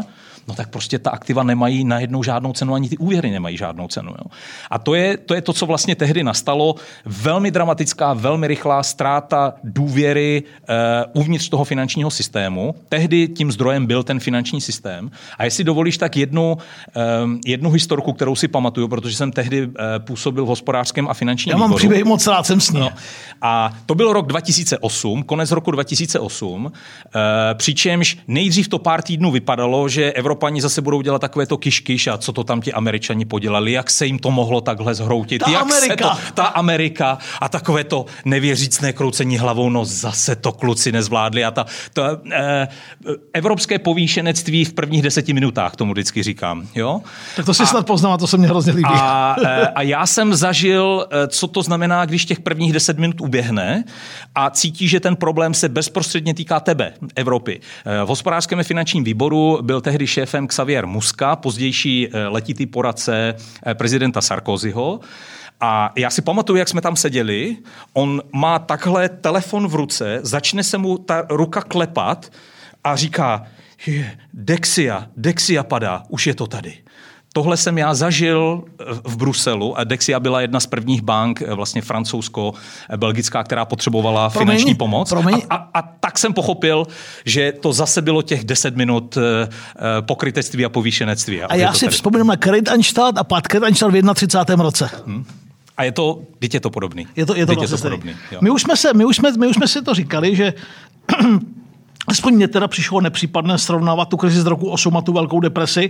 Speaker 2: no tak prostě ta aktiva nemají najednou žádnou cenu, ani ty úvěry nemají žádnou cenu. Jo. A to je to, co vlastně tehdy nastalo. Velmi dramatická, velmi rychlá ztráta důvěry uvnitř toho finančního systému. Tehdy tím zdrojem byl ten finanční systém. A jestli dovolíš, tak jednu historku, kterou si pamatuju, protože jsem tehdy působil v hospodářském a finančním výboru.
Speaker 1: Já mám příběh, moc rád jsem s ním.
Speaker 2: No. A to byl rok 2008, konec roku 2008, přičemž nejdřív to pár týdnů vypadalo, že Evropani zase budou dělat takovéto kyš a co to tam ti Američani podělali, jak se jim to mohlo takhle zhroutit, ta Amerika a takové to nevěřícné kroucení hlavou, no zase to kluci nezvládli a evropské povýšenectví v prvních 10 minutách, tomu vždycky říkám. Jo?
Speaker 1: Tak to si snad poznám a to se mně hrozně líbí.
Speaker 2: A já jsem zažil, co to znamená, když těch prvních 10 minut uběhne a cítí, že ten problém se bezprostředně týká tebe, Evropy. V hospodářském a finančním výboru byl tehdy šéfem Xavier Muscat, pozdější letitý poradce prezidenta Sarkozyho. A já si pamatuju, jak jsme tam seděli, on má takhle telefon v ruce, začne se mu ta ruka klepat a říká, Dexia padá, už je to tady. Tohle jsem já zažil v Bruselu a Dexia byla jedna z prvních bank, vlastně francouzsko-belgická, která potřebovala finanční pomoc. A tak jsem pochopil, že to zase bylo těch 10 minut pokrytectví a povýšenectví.
Speaker 1: A já si vzpomínám na Kreditanstalt a pád Kreditanstalt v 31. roce.
Speaker 2: A je to podobný.
Speaker 1: Je to vlastně podobný. My už jsme si to říkali, že aspoň mně teda přišlo nepřípadné srovnávat tu krizi z roku 8 a tu velkou depresi.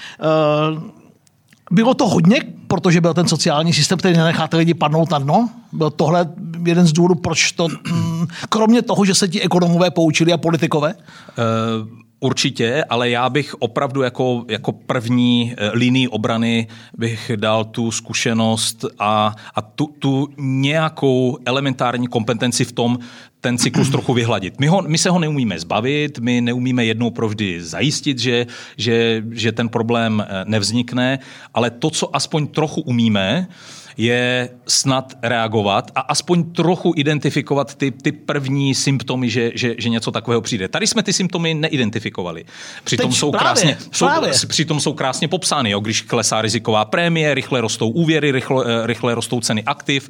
Speaker 1: Bylo to hodně, protože byl ten sociální systém, který nenechá ty lidi padnout na dno. Byl tohle jeden z důvodů, proč to, kromě toho, že se ti ekonomové poučili a politikové?
Speaker 2: Určitě, ale já bych opravdu jako první linii obrany bych dal tu zkušenost a tu nějakou elementární kompetenci v tom, ten cyklus trochu vyhladit. My se ho neumíme zbavit, my neumíme jednou provždy zajistit, že ten problém nevznikne, ale to, co aspoň trochu umíme, je snad reagovat a aspoň trochu identifikovat ty první symptomy, že něco takového přijde. Tady jsme ty symptomy neidentifikovali. Přitom jsou krásně popsány. Jo? Když klesá riziková prémie, rychle rostou úvěry, rychle rostou ceny aktiv.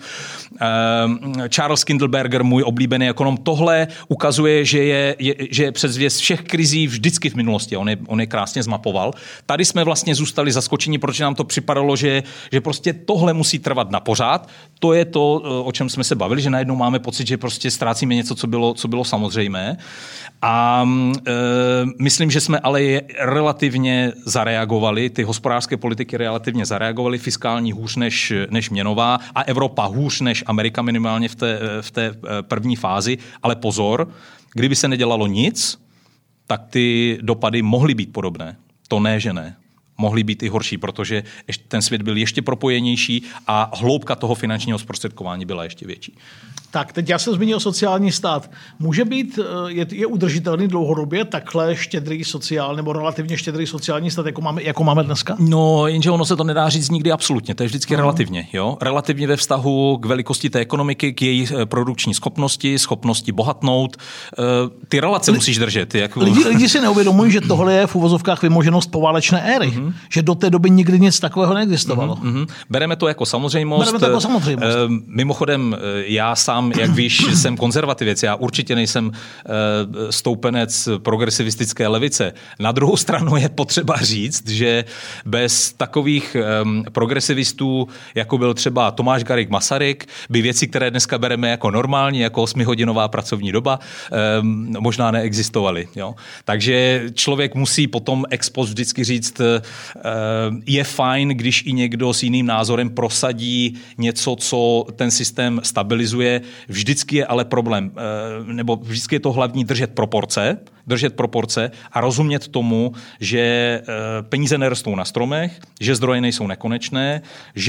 Speaker 2: Charles Kindleberger, můj oblíbený ekonom, tohle ukazuje, že je předzvěst všech krizí vždycky v minulosti. On je krásně zmapoval. Tady jsme vlastně zůstali zaskočeni, protože nám to připadalo, že prostě tohle musí trvat na pořád. To je to, o čem jsme se bavili, že najednou máme pocit, že prostě ztrácíme něco, co bylo samozřejmé. A myslím, že jsme ale relativně zareagovali, ty hospodářské politiky relativně zareagovaly, fiskální hůř než měnová a Evropa hůř než Amerika minimálně v té první fázi. Ale pozor, kdyby se nedělalo nic, tak ty dopady mohly být podobné. To ne, že ne. Mohly být i horší, protože ten svět byl ještě propojenější a hloubka toho finančního zprostředkování byla ještě větší.
Speaker 1: Tak, teď já jsem zmínil sociální stát. Může být, je udržitelný dlouhodobě takhle štědrý sociální nebo relativně štědrý sociální stát, jako máme dneska?
Speaker 2: No, jenže ono se to nedá říct nikdy absolutně, to je vždycky relativně. Jo? Relativně ve vztahu k velikosti té ekonomiky, k její produkční schopnosti bohatnout. Ty relace musíš držet.
Speaker 1: Lidi si neuvědomují, že tohle je v uvozovkách vymoženost poválečné éry. Že do té doby nikdy nic takového neexistovalo.
Speaker 2: Bereme to jako samozřejmost. Mimochodem, já sám, jak víš, jsem konzervativec. Já určitě nejsem stoupenec progresivistické levice. Na druhou stranu je potřeba říct, že bez takových progresivistů, jako byl třeba Tomáš Garrigue Masaryk, by věci, které dneska bereme jako normální, jako 8hodinová pracovní doba, možná neexistovaly. Jo? Takže člověk musí potom ex post vždycky říct, je fajn, když i někdo s jiným názorem prosadí něco, co ten systém stabilizuje. Vždycky je ale problém, nebo vždycky je to hlavní držet proporce a rozumět tomu, že peníze nerostou na stromech, že zdroje nejsou nekonečné,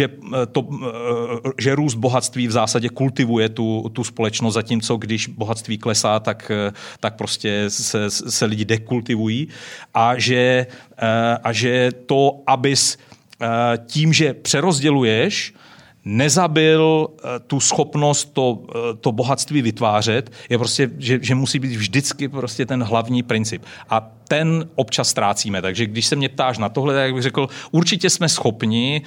Speaker 2: že růst bohatství v zásadě kultivuje tu společnost, zatímco když bohatství klesá, tak prostě se lidi dekultivují a že to, abys tím, že přerozděluješ, nezabil tu schopnost to bohatství vytvářet, je prostě, že musí být vždycky prostě ten hlavní princip. A ten občas ztrácíme. Takže když se mě ptáš na tohle, tak bych řekl, určitě jsme schopni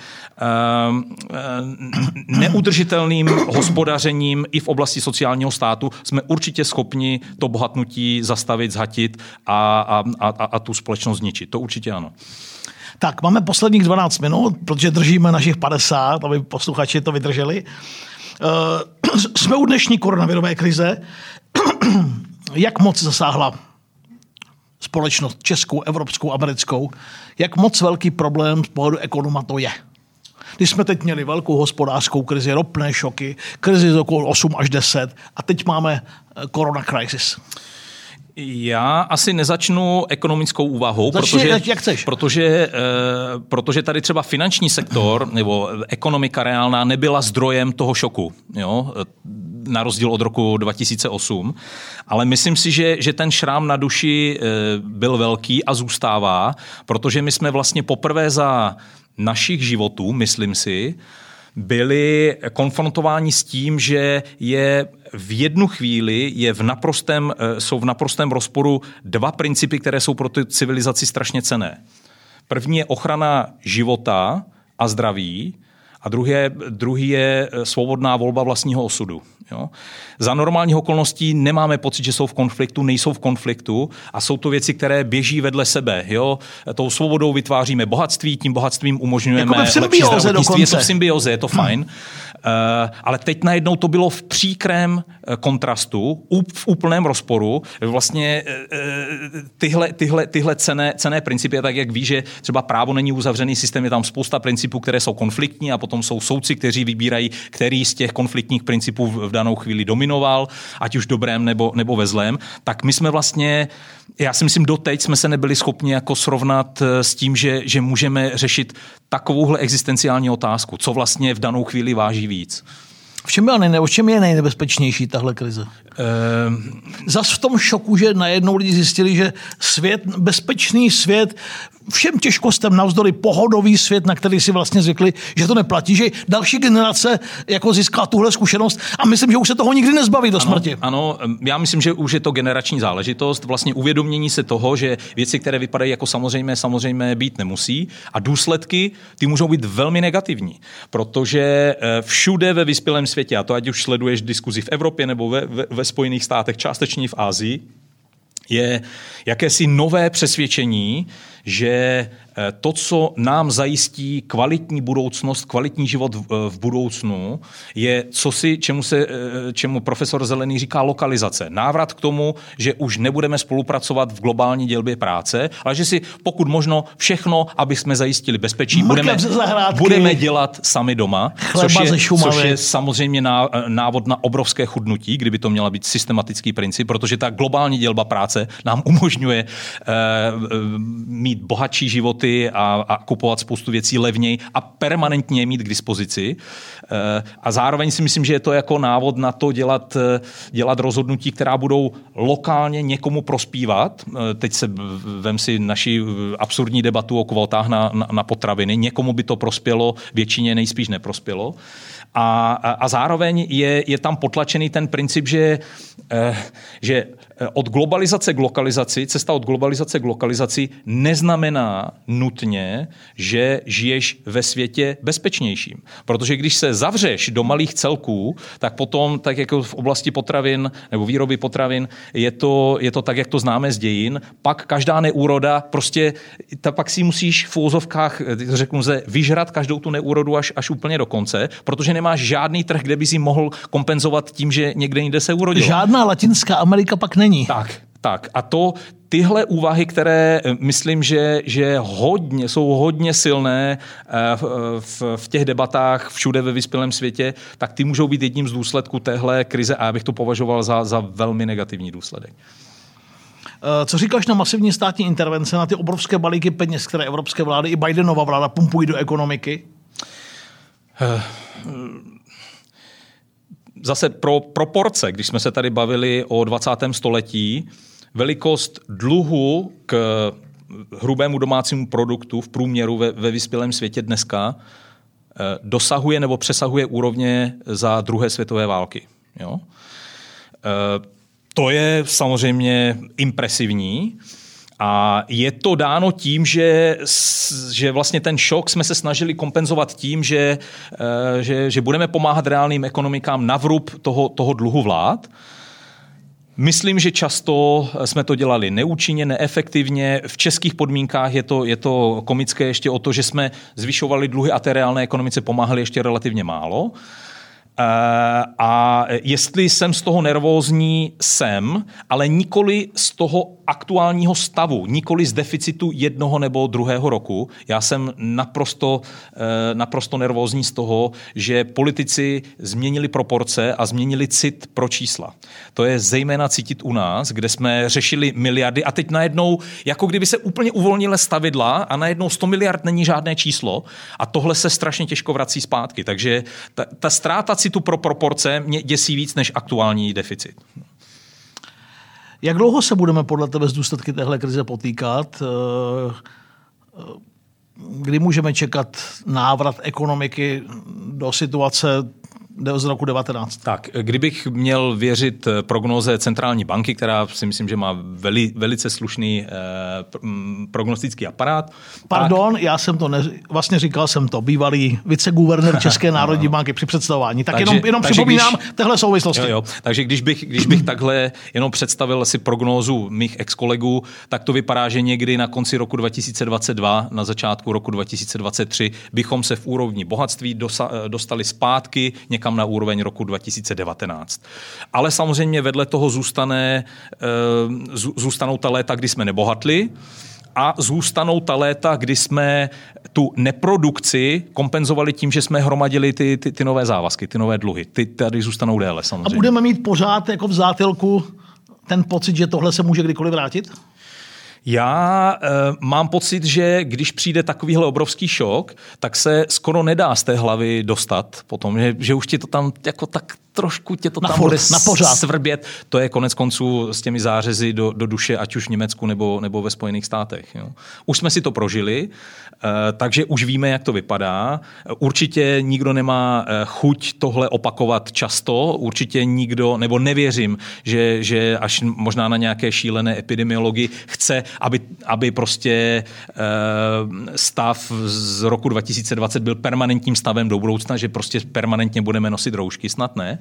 Speaker 2: neudržitelným hospodařením i v oblasti sociálního státu jsme určitě schopni to bohatnutí zastavit, zhatit a tu společnost zničit. To určitě ano.
Speaker 1: Tak, máme posledních 12 minut, protože držíme našich 50, aby posluchači to vydrželi. Jsme u dnešní koronavirové krize. Jak moc zasáhla společnost českou, evropskou, americkou? Jak moc velký problém z pohledu ekonoma to je? Když jsme teď měli velkou hospodářskou krizi, ropné šoky, krizi z okolo 8 až 10 a teď máme corona crisis.
Speaker 2: Já asi nezačnu ekonomickou úvahou, protože tady třeba finanční sektor nebo ekonomika reálná nebyla zdrojem toho šoku, jo? Na rozdíl od roku 2008. Ale myslím si, že ten šrám na duši byl velký a zůstává, protože my jsme vlastně poprvé za našich životů, myslím si, byli konfrontováni s tím, že je v jednu chvíli jsou v naprostém rozporu dva principy, které jsou pro tu civilizaci strašně cenné. První je ochrana života a zdraví a druhý je svobodná volba vlastního osudu. Jo? Za normálních okolností nemáme pocit, že jsou v konfliktu, nejsou v konfliktu a jsou to věci, které běží vedle sebe. Jo? Tou svobodou vytváříme bohatství, tím bohatstvím umožňujeme lepší zdravotnictví. Je to v symbioze, je to fajn. Ale teď najednou to bylo v příkrém kontrastu, v úplném rozporu. Vlastně tyhle cenné principy, tak jak ví, že třeba právo není uzavřený systém, je tam spousta principů, které jsou konfliktní a potom jsou soudci, kteří vybírají, který z těch konfliktních principů v danou chvíli dominoval, ať už dobrém nebo ve zlém. Tak my jsme vlastně, já si myslím, doteď jsme se nebyli schopni jako srovnat s tím, že můžeme řešit takovouhle existenciální otázku, co vlastně v danou chvíli váží víc.
Speaker 1: V čem je nejnebezpečnější tahle krize? Zas v tom šoku, že najednou lidi zjistili, že bezpečný svět, všem těžkostem navzdory pohodový svět, na který si vlastně zvykli, že to neplatí, že další generace jako získá tuhle zkušenost a myslím, že už se toho nikdy nezbaví do smrti.
Speaker 2: Ano, já myslím, že už je to generační záležitost, vlastně uvědomění se toho, že věci, které vypadají jako samozřejmě být nemusí a důsledky, ty můžou být velmi negativní, protože všude ve vyspělém světě, a to ať už sleduješ diskuzi v Evropě nebo ve Spojených státech, částečně v Asii, je jakési nové přesvědčení, že to, co nám zajistí kvalitní budoucnost, kvalitní život v budoucnu, je čemu profesor Zelený říká lokalizace. Návrat k tomu, že už nebudeme spolupracovat v globální dělbě práce, ale že si pokud možno všechno, aby jsme zajistili bezpečí, budeme dělat sami doma, což je samozřejmě návod na obrovské chudnutí, kdyby to měla být systematický princip, protože ta globální dělba práce nám umožňuje mít bohatší životy a kupovat spoustu věcí levněji a permanentně je mít k dispozici. A zároveň si myslím, že je to jako návod na to dělat rozhodnutí, která budou lokálně někomu prospívat. Teď vem si naši absurdní debatu o kvótách na potraviny. Někomu by to prospělo, většině nejspíš neprospělo. A zároveň je tam potlačený ten princip, že od globalizace k lokalizaci, cesta od globalizace k lokalizaci neznamená nutně, že žiješ ve světě bezpečnějším. Protože když se zavřeš do malých celků, tak potom, tak jako v oblasti potravin nebo výroby potravin, je to tak, jak to známe z dějin, pak každá neúroda, prostě pak si musíš v úvozovkách, řeknu se, vyžrat každou tu neúrodu až úplně do konce, protože nemáš žádný trh, kde by si mohl kompenzovat tím, že někde jinde se urodilo.
Speaker 1: Žádná Latinská Amerika pak není.
Speaker 2: Tak. A tyhle úvahy, které myslím, že jsou hodně silné v těch debatách všude ve vyspělém světě, tak ty můžou být jedním z důsledků téhle krize a já bych to považoval za velmi negativní důsledek.
Speaker 1: Co říkáš na masivní státní intervence, na ty obrovské balíky peněz, které evropské vlády i Bidenova vláda pumpují do ekonomiky?
Speaker 2: Zase pro proporce, když jsme se tady bavili o 20. století, velikost dluhu k hrubému domácímu produktu v průměru ve vyspělém světě dneska dosahuje nebo přesahuje úrovně za druhé světové války. Jo? To je samozřejmě impresivní A je to dáno tím, že vlastně ten šok jsme se snažili kompenzovat tím, že budeme pomáhat reálným ekonomikám na vrub toho dluhu vlád. Myslím, že často jsme to dělali neúčinně, neefektivně. V českých podmínkách je to komické ještě o to, že jsme zvyšovali dluhy a té reálné ekonomice pomáhali ještě relativně málo. A jestli jsem z toho nervózní, ale nikoli z toho aktuálního stavu, nikoli z deficitu jednoho nebo druhého roku. Já jsem naprosto nervózní z toho, že politici změnili proporce a změnili cit pro čísla. To je zejména cítit u nás, kde jsme řešili miliardy a teď najednou, jako kdyby se úplně uvolnily stavidla a najednou 100 miliard není žádné číslo a tohle se strašně těžko vrací zpátky. Takže ta ztráta citu pro proporce mě děsí víc než aktuální deficit.
Speaker 1: Jak dlouho se budeme podle tebe s důsledky téhle krize potýkat? Kdy můžeme čekat návrat ekonomiky do situace z roku 19?
Speaker 2: Tak, kdybych měl věřit prognóze centrální banky, která si myslím, že má velice slušný prognostický aparát.
Speaker 1: Pardon, já jsem to vlastně říkal jsem to, bývalý viceguvernér České národní banky při představování. Tak jenom připomínám téhle souvislosti.
Speaker 2: Jo. Takže když bych takhle jenom představil si prognózu mých ex-kolegů, tak to vypadá, že někdy na konci roku 2022, na začátku roku 2023 bychom se v úrovni bohatství dostali zpátky někam na úroveň roku 2019. Ale samozřejmě vedle toho zůstanou ta léta, kdy jsme nebohatli, a zůstanou ta léta, kdy jsme tu neprodukci kompenzovali tím, že jsme hromadili ty nové závazky, ty nové dluhy. Ty tady zůstanou déle samozřejmě.
Speaker 1: A budeme mít pořád jako v zátelku ten pocit, že tohle se může kdykoliv vrátit?
Speaker 2: Já mám pocit, že když přijde takovýhle obrovský šok, tak se skoro nedá z té hlavy dostat potom, že už ti to tam jako tak trošku tě to tam bude svrbět. To je konec konců s těmi zářezy do duše, ať už v Německu nebo ve Spojených státech. Jo. Už jsme si to prožili, takže už víme, jak to vypadá. Určitě nikdo nemá chuť tohle opakovat často. Určitě nikdo, nebo nevěřím, že až možná na nějaké šílené epidemiologii chce, aby prostě stav z roku 2020 byl permanentním stavem do budoucna, že prostě permanentně budeme nosit roušky, snad ne.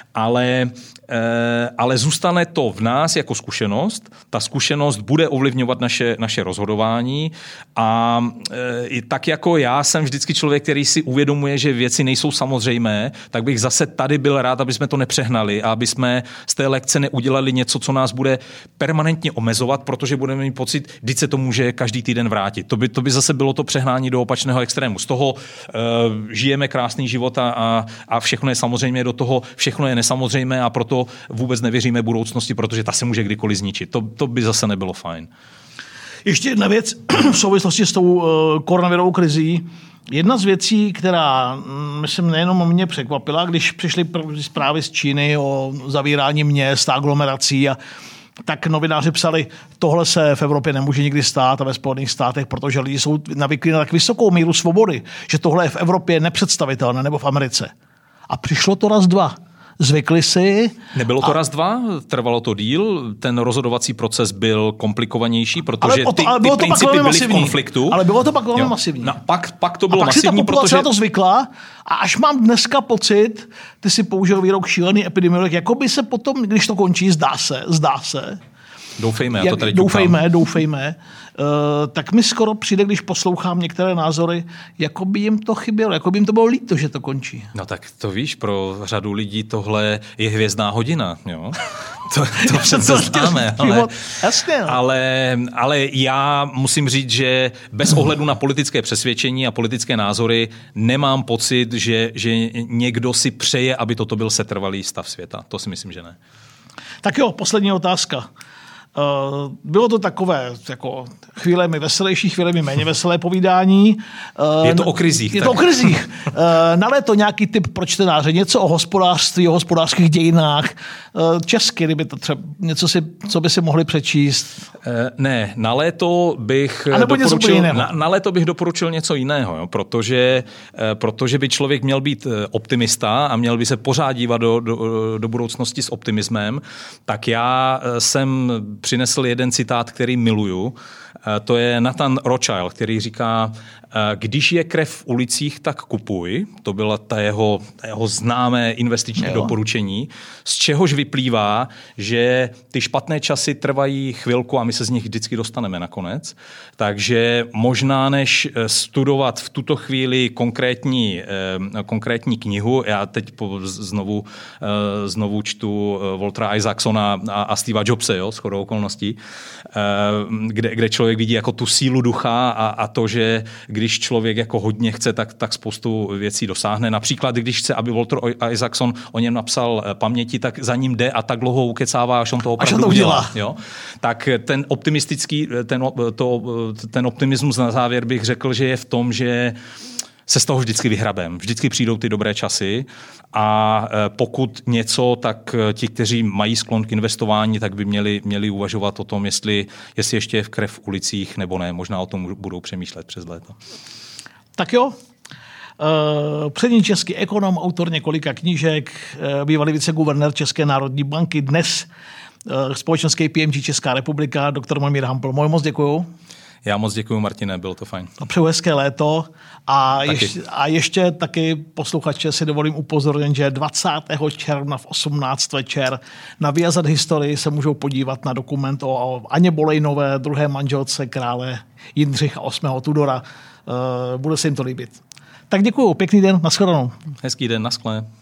Speaker 2: Ale zůstane to v nás jako zkušenost. Ta zkušenost bude ovlivňovat naše rozhodování a tak jako já jsem vždycky člověk, který si uvědomuje, že věci nejsou samozřejmé, tak bych zase tady byl rád, aby jsme to nepřehnali a aby jsme z té lekce neudělali něco, co nás bude permanentně omezovat, protože budeme mít pocit, vždyť se to může každý týden vrátit. To by zase bylo to přehnání do opačného extrému. Z toho žijeme krásný život a všechno je samozřejmě do toho, všechno je nesamozřejmé a proto vůbec nevěříme budoucnosti, protože ta se může kdykoliv zničit. To by zase nebylo fajn. Ještě jedna věc v souvislosti s tou koronavirovou krizí. Jedna z věcí, která, myslím, nejenom mě překvapila, když přišly zprávy z Číny o zavírání měst, aglomerací tak novináři psali, tohle se v Evropě nemůže nikdy stát a ve Spojených státech, protože lidi jsou navyklí na tak vysokou míru svobody, že tohle je v Evropě nepředstavitelné, nebo v Americe. A přišlo to raz, dva. Zvykli si. Nebylo to raz, dva, trvalo to díl, ten rozhodovací proces byl komplikovanější, protože ty principy byly v konfliktu.
Speaker 1: Ale bylo to pak velmi masivní.
Speaker 2: No, pak to bylo masivní,
Speaker 1: protože... A pak si ta populace na to zvykla a až mám dneska pocit, ty si použil výrok šílený epidemiolog, jako by se potom, když to končí, zdá se.
Speaker 2: Doufejme, já to tady
Speaker 1: doufejme. Tak mi skoro přijde, když poslouchám některé názory, jako by jim to chybělo, jako by jim to bylo líto, že to končí.
Speaker 2: No tak to víš, pro řadu lidí tohle je hvězdná hodina, jo? To přece známe, ale já musím říct, že bez ohledu na politické přesvědčení a politické názory nemám pocit, že někdo si přeje, aby toto byl setrvalý stav světa. To si myslím, že ne.
Speaker 1: Tak jo, poslední otázka. Bylo to takové jako chvílemi veselější, chvílemi méně veselé povídání.
Speaker 2: Je to o krizích.
Speaker 1: Je to o krizích. Na léto nějaký tip pro čtenáře, něco o hospodářství, o hospodářských dějinách. Česky, kdyby to třeba něco, co by si mohli přečíst.
Speaker 2: Ne, na léto bych doporučil něco jiného, jo, protože by člověk měl být optimista a měl by se pořád dívat do budoucnosti s optimismem, tak já jsem přinesl jeden citát, který miluju. To je Nathan Rothschild, který říká, když je krev v ulicích, tak kupuj. To byla ta jeho známé investiční doporučení, z čehož vyplývá, že ty špatné časy trvají chvilku a my se z nich vždycky dostaneme nakonec. Takže možná než studovat v tuto chvíli konkrétní knihu, já teď znovu čtu Waltera Isaacsona a Steva Jobse, shodou okolností, kde člověk vidí jako tu sílu ducha a to, že když člověk jako hodně chce, tak spoustu věcí dosáhne. Například, když chce, aby Walter Isaacson o něm napsal paměti, tak za ním jde a tak dlouho ukecává, až on to opravdu udělá. Jo? Tak ten optimistický, ten optimismus na závěr bych řekl, že je v tom, že se z toho vždycky vyhrabem. Vždycky přijdou ty dobré časy a pokud něco, tak ti, kteří mají sklon k investování, tak by měli uvažovat o tom, jestli ještě je v krev v ulicích nebo ne. Možná o tom budou přemýšlet přes léto.
Speaker 1: Tak jo. Přední český ekonom, autor několika knížek, bývalý viceguvernér České národní banky, dnes společenský PMG Česká republika, doktor Mojmír Hampl. Moc děkuju.
Speaker 2: Já moc děkuju, Martine, bylo to fajn.
Speaker 1: A přeju hezké léto a ještě taky posluchače si dovolím upozornit, že 20. června v 18 večer na Viasat Historii se můžou podívat na dokument o Aně Bolejnové, druhé manželce krále Jindřicha VIII. Tudora. Bude se jim to líbit. Tak děkuju, pěkný den, nashledanou.
Speaker 2: Hezký den, naschle.